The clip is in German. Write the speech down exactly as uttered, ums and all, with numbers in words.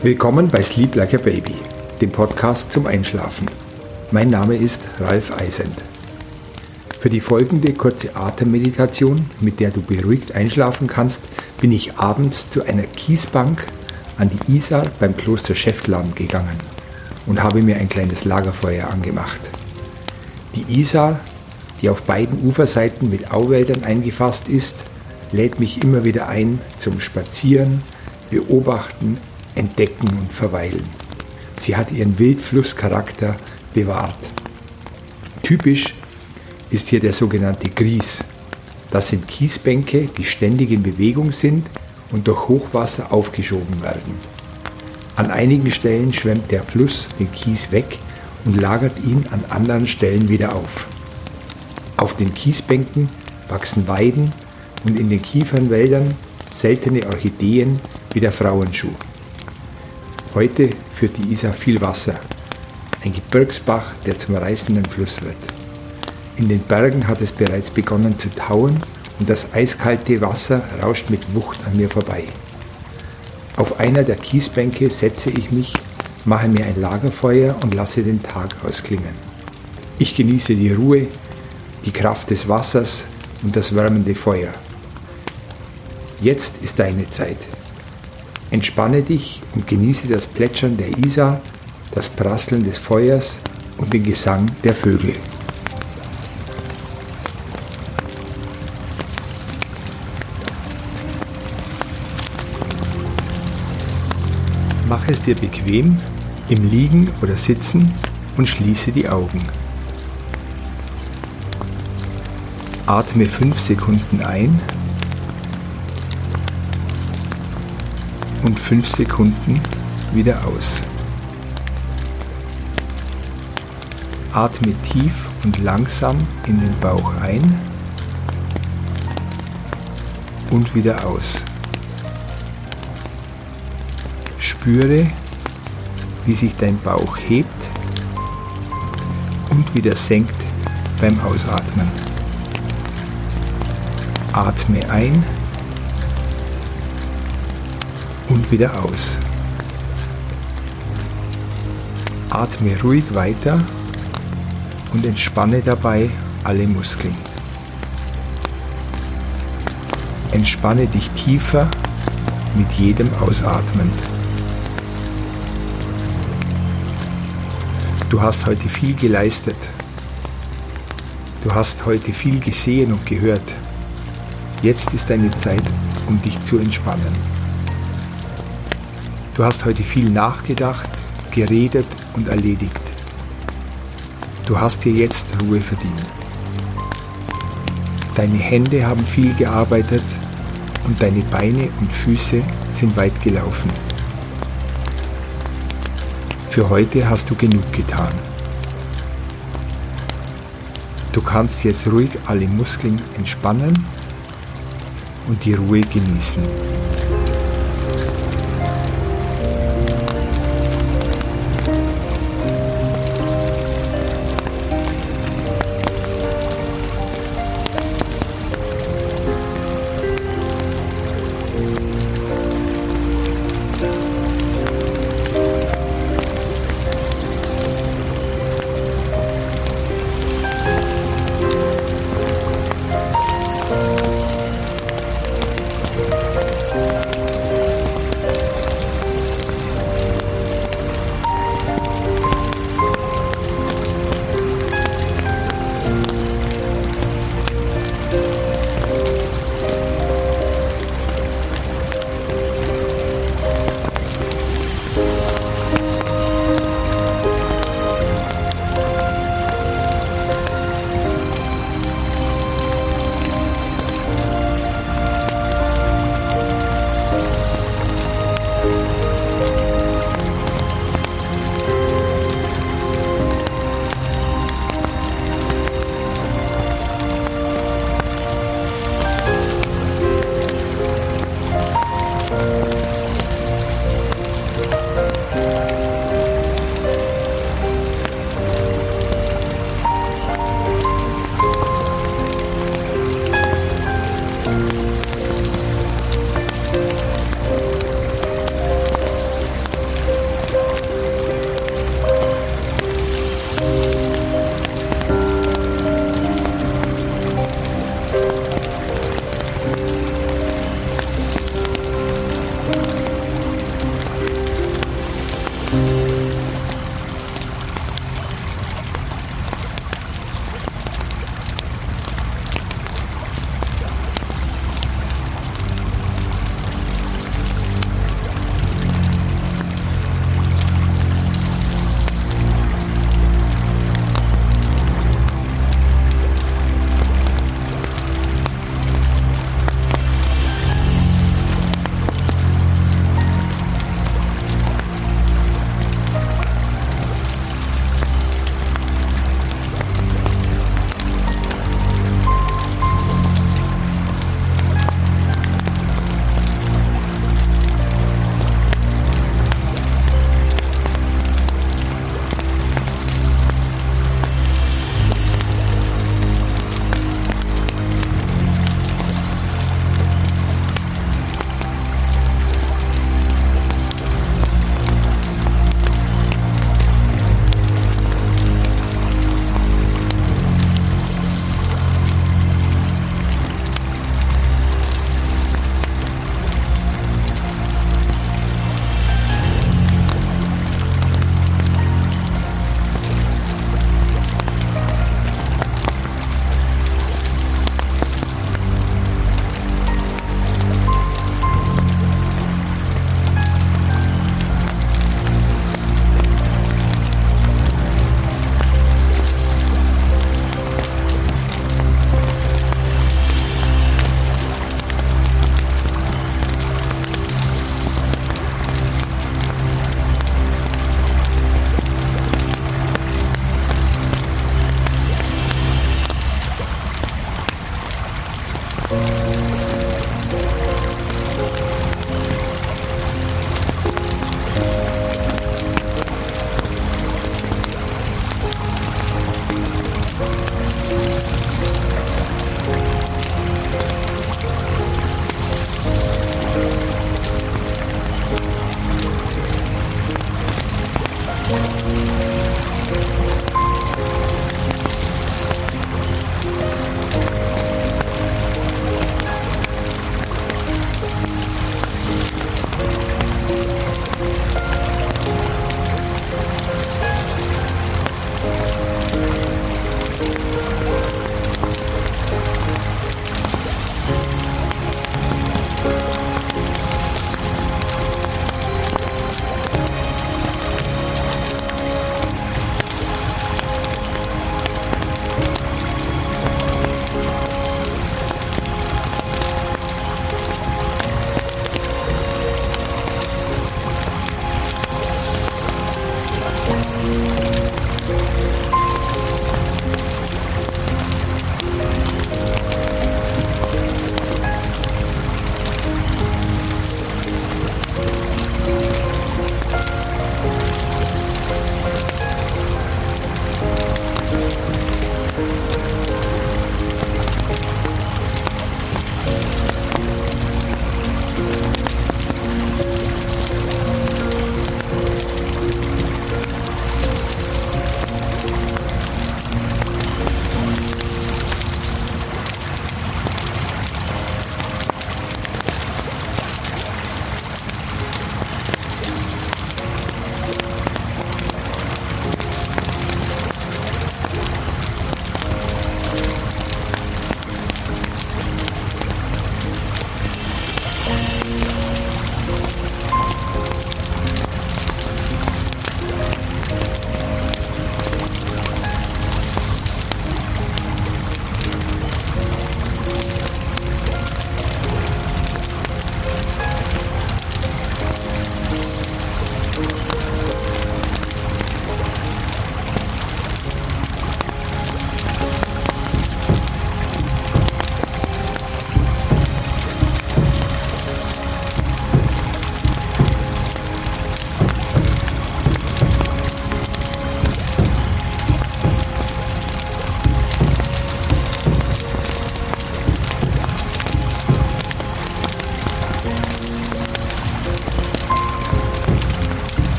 Willkommen bei Sleep Like a Baby, dem Podcast zum Einschlafen. Mein Name ist Ralf Eisend. Für die folgende kurze Atemmeditation, mit der du beruhigt einschlafen kannst, bin ich abends zu einer Kiesbank an die Isar beim Kloster Schäftlarn gegangen und habe mir ein kleines Lagerfeuer angemacht. Die Isar, die auf beiden Uferseiten mit Auwäldern eingefasst ist, lädt mich immer wieder ein zum Spazieren, Beobachten, Entdecken und Verweilen. Sie hat ihren Wildflusscharakter bewahrt. Typisch ist hier der sogenannte Gries. Das sind Kiesbänke, die ständig in Bewegung sind und durch Hochwasser aufgeschoben werden. An einigen Stellen schwemmt der Fluss den Kies weg und lagert ihn an anderen Stellen wieder auf. Auf den Kiesbänken wachsen Weiden und in den Kiefernwäldern seltene Orchideen wie der Frauenschuh. Heute führt die Isar viel Wasser, ein Gebirgsbach, der zum reißenden Fluss wird. In den Bergen hat es bereits begonnen zu tauen und das eiskalte Wasser rauscht mit Wucht an mir vorbei. Auf einer der Kiesbänke setze ich mich, mache mir ein Lagerfeuer und lasse den Tag ausklingen. Ich genieße die Ruhe, die Kraft des Wassers und das wärmende Feuer. Jetzt ist deine Zeit. Entspanne dich und genieße das Plätschern der Isar, das Prasseln des Feuers und den Gesang der Vögel. Mach es dir bequem, im Liegen oder Sitzen und schließe die Augen. Atme fünf Sekunden ein und fünf Sekunden wieder aus. Atme tief und langsam in den Bauch ein und wieder aus. Spüre, wie sich dein Bauch hebt und wieder senkt beim Ausatmen. Atme ein und wieder aus. Atme ruhig weiter und entspanne dabei alle Muskeln. Entspanne dich tiefer mit jedem Ausatmen. Du hast heute viel geleistet. Du hast heute viel gesehen und gehört. Jetzt ist deine Zeit, um dich zu entspannen. Du hast heute viel nachgedacht, geredet und erledigt. Du hast dir jetzt Ruhe verdient. Deine Hände haben viel gearbeitet und deine Beine und Füße sind weit gelaufen. Für heute hast du genug getan. Du kannst jetzt ruhig alle Muskeln entspannen und die Ruhe genießen.